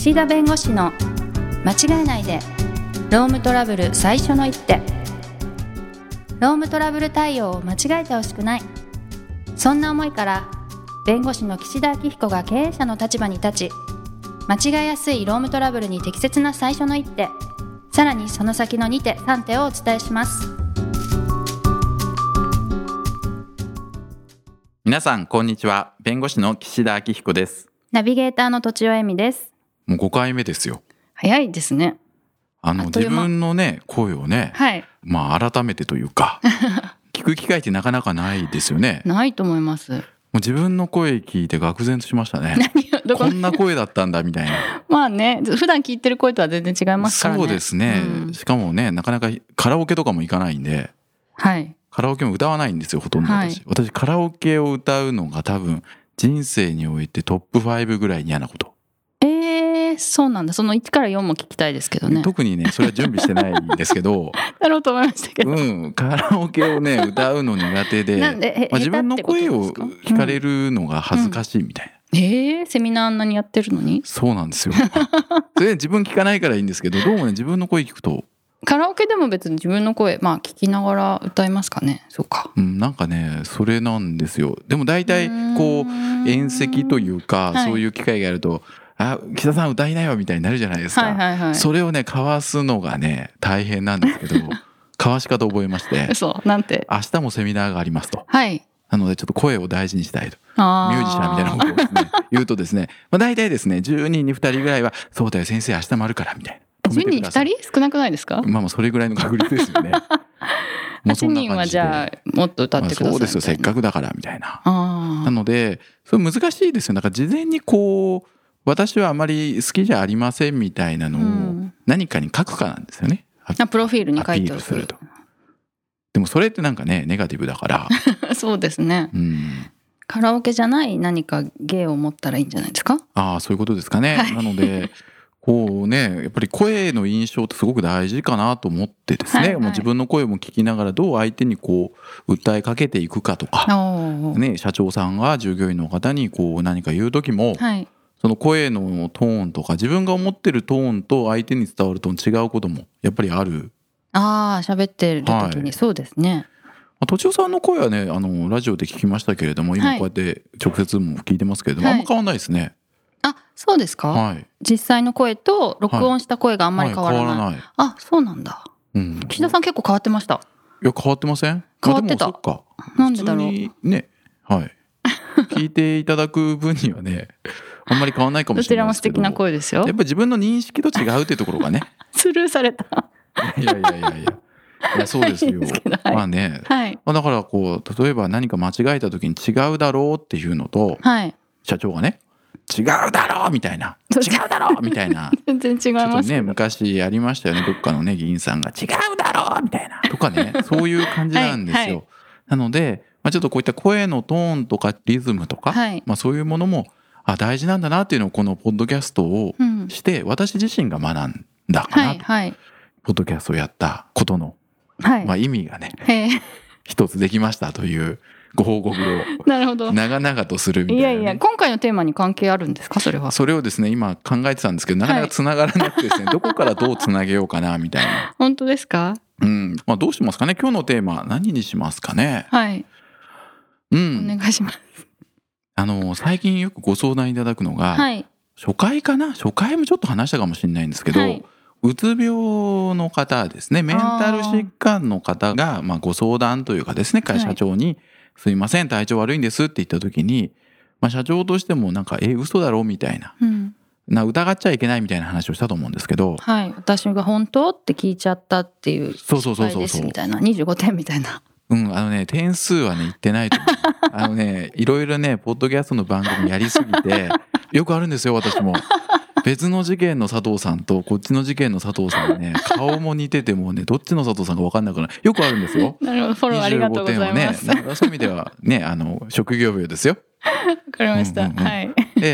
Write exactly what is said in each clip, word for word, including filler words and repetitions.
岸田弁護士の間違えないでロームトラブル最初の一手。ロームトラブル対応を間違えてほしくない、そんな思いから弁護士の岸田明彦が経営者の立場に立ち、間違えやすいロームトラブルに適切な最初の一手、さらにその先のに手さん手をお伝えします。 皆さんこんにちは。弁護士の岸田明彦です。 ナビゲーターの土地尾恵美です。 もうごかいめですよ。 早いですね。 あの自分のね声をね、はい、まあ改めてというか聞く機会ってなかなかないですよね。 ないと思います。もう自分の声聞いて愕然としましたね。何こんな声だったんだみたいなまあね、普段聞いてる声とは全然違いますからね。 そうですね、うん、しかもねなかなかカラオケとかも行かないんで、はい、カラオケも歌わないんですよほとんど私、はい、私カラオケを歌うのが多分人生においてトップファイブぐらい嫌なこと。 えー、そうなんだ。そのいちからよんも聞きたいですけどね。 特にねそれは準備してないんですけどやろうと思いましたけど、 うん、カラオケをね歌うの苦手でなんで、 まあ、自分の声を聞かれるのが恥ずかしいみたいな、 うんうん、えー、セミナーあんなにやってるのに。 そうなんですよそれ自分聞かないからいいんですけど、どうもね自分の声聞くとカラオケでも別に自分の声まあ聞きながら歌いますかね。そうか、 うん、なんかねそれなんですよ。でも大体こう宴席というか、はい、そういう機会があるとあ岸田さん歌いなよみたいになるじゃないですか、はいはいはい、それをねかわすのがね大変なんですけどかわし方覚えましてそうなんて明日もセミナーがありますと、 はい、 なのでちょっと声を大事にしたいとミュージシャンみたいなことをですね言うとですね、まあ、大体ですねじゅうにんにふたりぐらいはそうだよ先生明日もあるからみたいな。 じゅうにんにふたり少なくないですか。 まあまあそれぐらいの確率ですよねはちにんはじゃあもっと歌ってくださいみたいな、まあ、そうですよせっかくだからみたいな。なのでそれ難しいですよ。だから事前にこう私はあまり好きじゃありませんみたいなのを何かに書くかなんですよね、うん、プロフィールに書いておく。するとでもそれってなんかねネガティブだからそうですね、うん、カラオケじゃない何か芸を持ったらいいんじゃないですか。 ああそういうことですかね、はい、なのでこうねやっぱり声の印象ってすごく大事かなと思ってですね、はいはい、もう自分の声も聞きながらどう相手にこう訴えかけていくかとか、ね、社長さんが従業員の方にこう何か言う時も、はい、その声のトーンとか自分が思ってるトーンと相手に伝わるトーン違うこともやっぱりある。 ああ喋ってる時に、はい、そうですね。 とちおさんの声はねあのラジオで聞きましたけれども今こうやって直接も聞いてますけれども、はい、あんま変わんないですね。 あ、そうですか、はい、実際の声と録音した声があんまり変わらない、はいはい、変わらない。あ、そうなんだ、うん、岸田さん結構変わってました。 いや変わってません。 変わってた。 まあ、でもそっかなんでだろうね、はい聞いていただく分にはねあんまり変わらないかもしれないですけど、 どちらも素敵な声ですよ。 やっぱり自分の認識と違うっていうところがねスルーされたいやいやいやいやいやそうですよはい、まあね、はい、だからこう例えば何か間違えた時に違うだろうっていうのと、はい、社長がね違うだろうみたいな違うだろうみたいな全然違います。ちょっとね昔ありましたよねどっかのね議員さんが違うだろうみたいなとかねそういう感じなんですよ、はいはい、なので、まあ、ちょっとこういった声のトーンとかリズムとか、はい、まあ、そういうものもあ大事なんだなっていうのをこのポッドキャストをして、うん、私自身が学んだかなと、はいはい、ポッドキャストをやったことの、はいまあ、意味がね一つできましたというご報告を長々とするみたいな、ね、 いやいや今回のテーマに関係あるんですか。それはそれをですね今考えてたんですけどなかなかつながらなくてですね、はい、どこからどうつなげようかなみたいな本当ですか。 うんまあ、どうしますかね。今日のテーマ何にしますかね。はい、うん、 お願いします。 あの最近よくご相談いただくのが、はい、初回かな初回もちょっと話したかもしれないんですけど、はい、うつ病の方ですねメンタル疾患の方がまあご相談というかですね会社長に、はいすいません体調悪いんですって言った時に、まあ、社長としてもなんかえ嘘だろみたいな、うん、な疑っちゃいけないみたいな話をしたと思うんですけど、 はい、私が本当って聞いちゃったっていう失敗ですみたいなにじゅうごてんみたいな。 うんあのね点数はね言ってないと思うあのねいろいろねポッドキャストの番組やりすぎてよくあるんですよ私も。別の事件の佐藤さんとこっちの事件の佐藤さんね顔も似ててもねどっちの佐藤さんか分かんなくなるよくあるんですよ。 なるほどフォローありがとうございます。 にじゅうごてんはねそういう意味ではねあの職業病ですよ。 わかりました、うんうんうん、はい。 でそ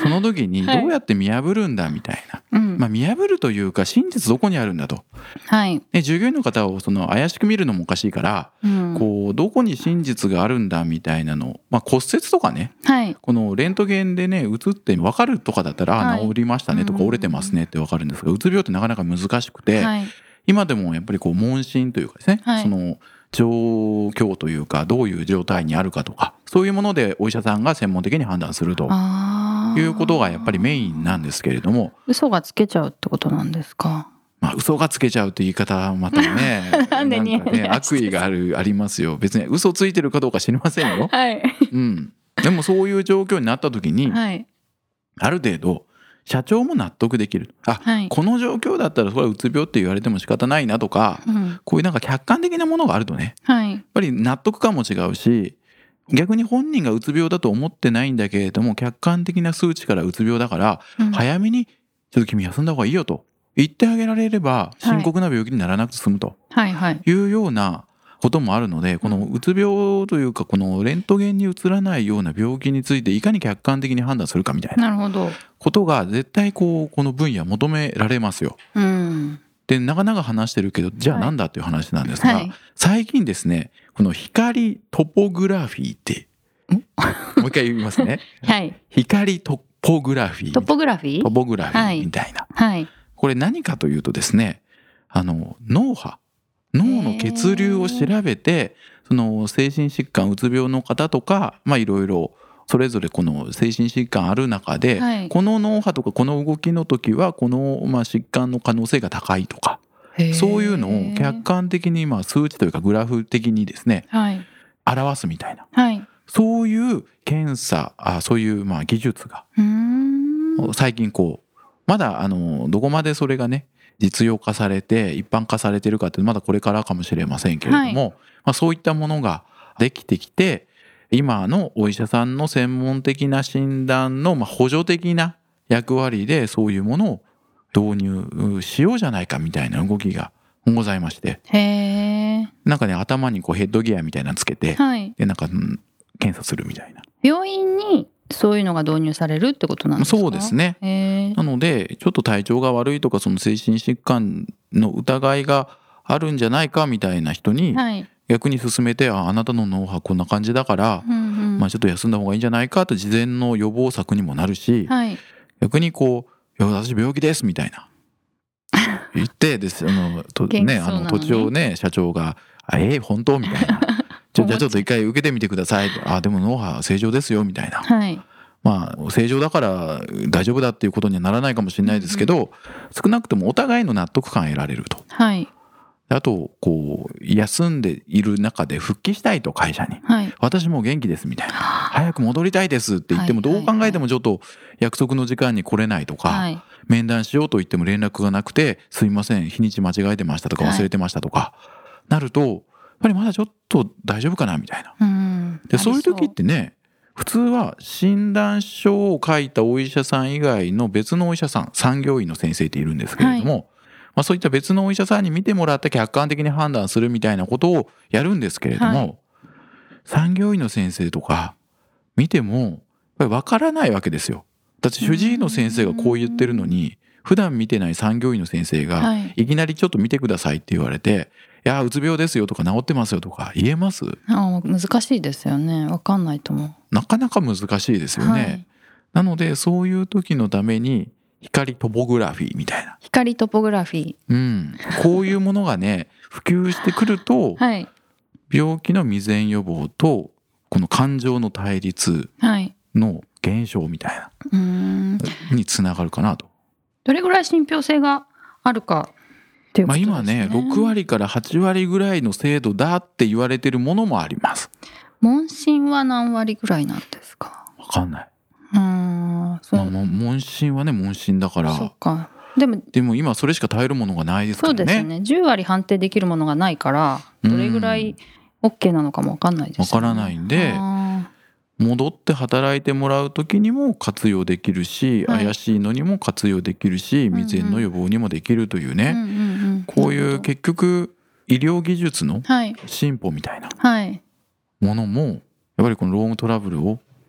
その時にどうやって見破るんだみたいな、はい、まあ、見破るというか真実どこにあるんだと、はい、で従業員の方をその怪しく見るのもおかしいから、うん、こうどこに真実があるんだみたいなの、まあ、骨折とかね、はい、このレントゲンでね映って分かるとかだったら、はい、治りましたねとか折れてますねって分かるんですが、うつ病ってなかなか難しくて、はい、今でもやっぱりこう問診というかですね、はい、その状況というかどういう状態にあるかとかそういうものでお医者さんが専門的に判断するということがやっぱりメインなんですけれども、 嘘がつけちゃうってことなんですか。 まあ、嘘がつけちゃうという言い方はまたねなんかね悪意があるありますよ。別に嘘ついてるかどうか知りませんよ、はいうん、でもそういう状況になった時に、はい、ある程度社長も納得できる。あ、はい、この状況だったらそれはうつ病って言われても仕方ないなとか、うん、こういうなんか客観的なものがあるとね、はい、やっぱり納得感も違うし、逆に本人がうつ病だと思ってないんだけれども客観的な数値からうつ病だから、うん、早めにちょっと君休んだ方がいいよと言ってあげられれば深刻な病気にならなくて済むというようなこともあるので、このうつ病というかこのレントゲンに映らないような病気についていかに客観的に判断するかみたいなことが絶対こうこの分野求められますよ、うん、でなかなか話してるけどじゃあなんだっていう話なんですが、はい、最近ですねこの光トポグラフィーってもう一回言いますね、はい、光トポグラフィートポグラフィートポグラフィーみたいな、はいはい、これ何かというとですねあの脳波脳の血流を調べてその精神疾患うつ病の方とかまあいろいろそれぞれこの精神疾患ある中で、はい、この脳波とかこの動きの時はこのまあ疾患の可能性が高いとかそういうのを客観的にまあ数値というかグラフ的にですね、はい、表すみたいな、はい、そういう検査あそういうまあ技術が最近こうまだあのどこまでそれがね実用化されて一般化されてるかってまだこれからかもしれませんけれども、はい、まあ、そういったものができてきて今のお医者さんの専門的な診断のまあ補助的な役割でそういうものを導入しようじゃないかみたいな動きがございまして、へーなんかね頭にこうヘッドギアみたいなのつけて、はい、でなんか、うん、検査するみたいな病院にそういうのが導入されるってことなんですか？ そうですね。なのでちょっと体調が悪いとかその精神疾患の疑いがあるんじゃないかみたいな人に逆に勧めて、あ、あなたの脳波こんな感じだから、うんうん、まあ、ちょっと休んだ方がいいんじゃないかと事前の予防策にもなるし、はい、逆にこういや私病気ですみたいな言ってですあのと、ね、あの土地をね社長があえー、本当みたいなじゃあちょっと一回受けてみてください。あでも脳波正常ですよみたいな、はい、まあ正常だから大丈夫だっていうことにはならないかもしれないですけど、うんうん、少なくともお互いの納得感得られると、はい、あとこう休んでいる中で復帰したいと会社に、はい、私もう元気ですみたいな早く戻りたいですって言ってもどう考えてもちょっと約束の時間に来れないとか、はい、面談しようと言っても連絡がなくてすいません日にち間違えてましたとか忘れてましたとか、はい、なるとやっぱりまだちょっと大丈夫かなみたいな、うん、でそういう時ってね普通は診断書を書いたお医者さん以外の別のお医者さん産業医の先生っているんですけれども、はい、まあ、そういった別のお医者さんに見てもらって客観的に判断するみたいなことをやるんですけれども、はい、産業医の先生とか見てもやっぱり分からないわけですよ。だって主治医の先生がこう言ってるのに普段見てない産業医の先生がいきなりちょっと見てくださいって言われて、いやうつ病ですよとか治ってますよとか言えます？ あ難しいですよね。分かんないと思う。 なかなか難しいですよね、はい、なのでそういう時のために光トポグラフィーみたいな光トポグラフィー、 うん、こういうものがね普及してくると、はい、病気の未然予防とこの感情の対立の減少みたいな、うーんにつながるかなと。 どれぐらい信憑性があるかっていうことですね。 まあ、今ねろくわりからはちわりぐらいの精度だって言われてるものもあります。 問診は何割ぐらいなんですか？ 分かんない。うーんそう、まあ、問診はね問診だから。そうか。でもでも今それしか耐えるものがないですからね。 そうですね。じゅうわり判定できるものがないからどれぐらい OK なのかも分かんないですよね。 分からないんで戻って働いてもらう時にも活用できるし、はい、怪しいのにも活用できるし未然の予防にもできるというね、うんうん、こういう結局医療技術の進歩みたいなものもやっぱりこのロームトラブルを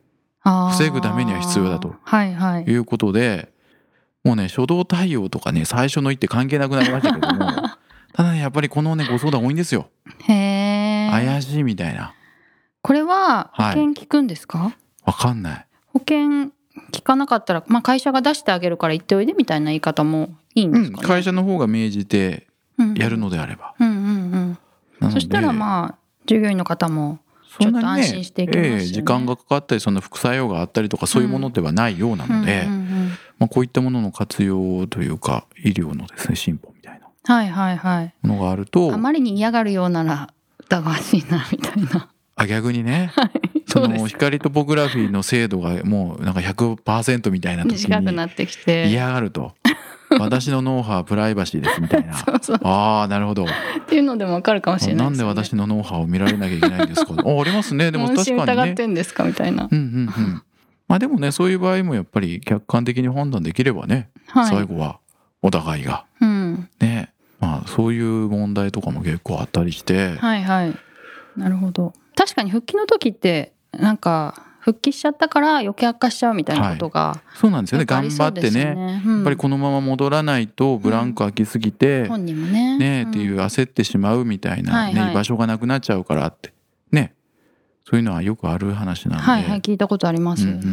防ぐためには必要だということで、はいはい、もうね初動対応とかね最初の一手関係なくなりましたけどもただねやっぱりこのねご相談多いんですよ。 へー、 怪しいみたいな。 これは保険聞くんですか？ はい、わかんない。 保険聞かなかったら、まあ、会社が出してあげるから行っておいでみたいな言い方もいいんですかね？うん、 会社の方が命じてやるのであれば、 うんうんうんうん、そしたらまあ従業員の方もちょっと安心していきますよね。 そんなにね、えー、時間がかかったりそんな副作用があったりとかそういうものではないようなので、うんうんうんうんまあ、こういったものの活用というか医療のですね進歩みたいなはいはいはいものがあると、 あまりに嫌がるようなら疑わしいなみたいな。 あ逆にね、はい、その光トポグラフィーの精度がもうなんか ひゃくパーセント みたいな時に短くなってきて嫌がると私のノウハウプライバシーですみたいなそうそうああなるほどっていうのでも分かるかもしれないですね。 なんで私のノウハウを見られなきゃいけないんですかあありますね。でも確かにね疑ってんですかみたいな、 うんうんうんまあでもねそういう場合もやっぱり客観的に判断できればね、はい、最後はお互いが、うん、ねまあそういう問題とかも結構あったりしてはいはいなるほど。確かに復帰の時ってなんか復帰しちゃったから余計悪化しちゃうみたいなことが、 はい、そうなんですよね。頑張ってね、うん、やっぱりこのまま戻らないとブランク空きすぎて、うん、 本人もねね、うん、っていう焦ってしまうみたいな、ねはいはい、居場所がなくなっちゃうからってねそういうのはよくある話なんではいはい聞いたことあります、うんうんうん、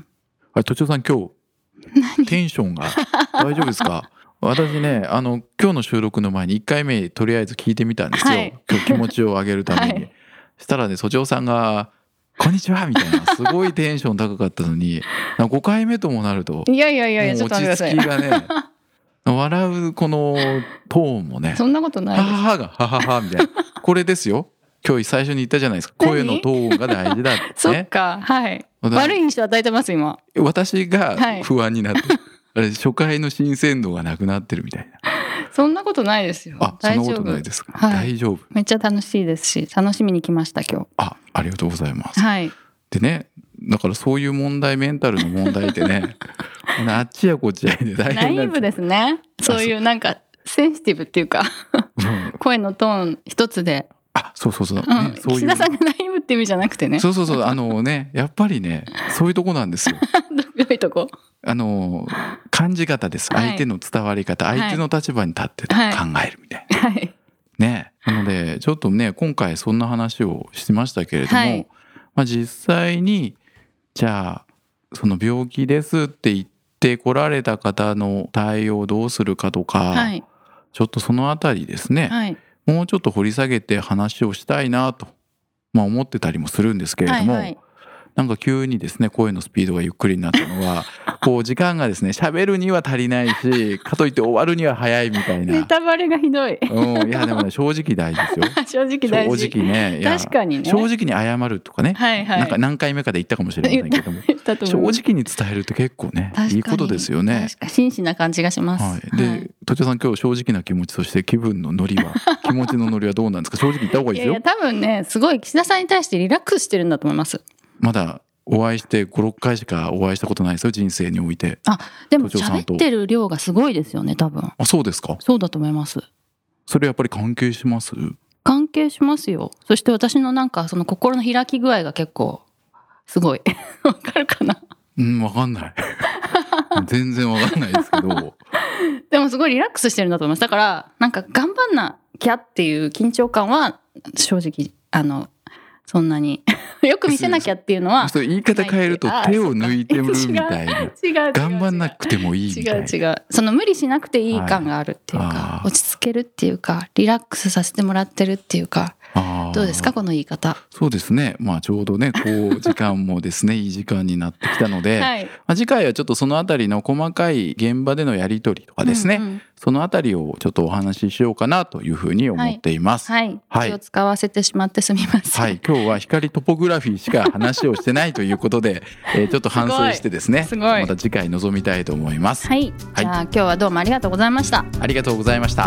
あれ都庁さん今日テンションが大丈夫ですか？私ねあの今日の収録の前にいっかいめとりあえず聞いてみたんですよ、はい、今日気持ちを上げるために、はい、したらね都庁さんがこんにちはみたいなすごいテンション高かったのにごかいめともなるといやいやいやいやちょっと待ってください。 落ち着きがね笑うこのトーンもねそんなことないです。 はははがはははみたいなこれですよ今日最初に言ったじゃないですか声のトーンが大事だって、ね、 そっかはい悪い印象与えてます今私が不安になって、はい、あれ初回の新鮮度がなくなってるみたいなそんなことないですよ。 あ、そんなことないですか、はい、大丈夫。 めっちゃ楽しいですし楽しみに来ました今日。 あ、ありがとうございます、 はい、 でねだからそういう問題メンタルの問題ってねあっちやこっちやで大変なんです。 ナイーブですね。そういうなんかセンシティブっていうか、うん、声のトーン一つであそうそうそう、ねうん、そういう岸田さんがナイーブって意味じゃなくてねそうそうそうあのねやっぱりねそういうとこなんですよどういうとこあの感じ方です、はい、相手の伝わり方相手の立場に立って考えるみたいな、はいはい、ねなのでちょっとね今回そんな話をしましたけれども、はいまあ、実際にじゃあその病気ですって言って来られた方の対応をどうするかとか、はい、ちょっとそのあたりですね、はい、もうちょっと掘り下げて話をしたいなと、まあ、思ってたりもするんですけれども、はいはいなんか急にですね声のスピードがゆっくりになったのはこう時間がですね喋るには足りないしかといって終わるには早いみたいなネタバレがひどい、 うん、いやでもね正直大事ですよ正直大事正直ねいや確かにね正直に謝るとかね、はいはい、なんか何回目かで言ったかもしれませんけども正直に伝えるって結構ねいいことですよね。 確かに真摯な感じがします、 はい、で都庁さん今日正直な気持ちとして気分のノリは気持ちのノリはどうなんですか？正直言った方がいいですよ。 いやいや多分ねすごい岸田さんに対してリラックスしてるんだと思います。 まだお会いしてごろっかいしかお会いしたことないですよ人生において。 あでも喋ってる量がすごいですよね多分。 あそうですか。 そうだと思います。 それやっぱり関係します？ 関係しますよ。そして私のなんかその心の開き具合が結構すごいわかるかな。 うんわかんない全然わかんないですけどでもすごいリラックスしてるんだと思います。だからなんか頑張んなきゃっていう緊張感は正直あのそんなによく見せなきゃっていうのはそう言い方変えると手を抜いてるみたいな違う違う違う頑張んなくてもいいみたいな違う違うその無理しなくていい感があるっていうか、はい、落ち着けるっていうかリラックスさせてもらってるっていうかどうですかこの言い方。 そうですねまあちょうどねこう時間もですねいい時間になってきたので、はいまあ、次回はちょっとそのあたりの細かい現場でのやり取りとかですね、うんうん、そのあたりをちょっとお話ししようかなというふうに思っています。 はい、はい、気を使わせてしまってすみません。 はい、今日は光トポグラフィーしか話をしてないということで、えー、ちょっと反省してですねまた次回臨みたいと思います。 はい、はい、じゃあ今日はどうもありがとうございました。 ありがとうございました。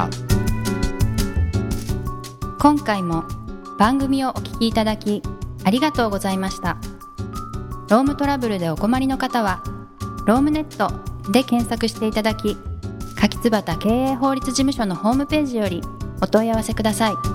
今回も番組をお聞きいただきありがとうございました。ロームトラブルでお困りの方はロームネットで検索していただき、柿椿経営法律事務所のホームページよりお問い合わせください。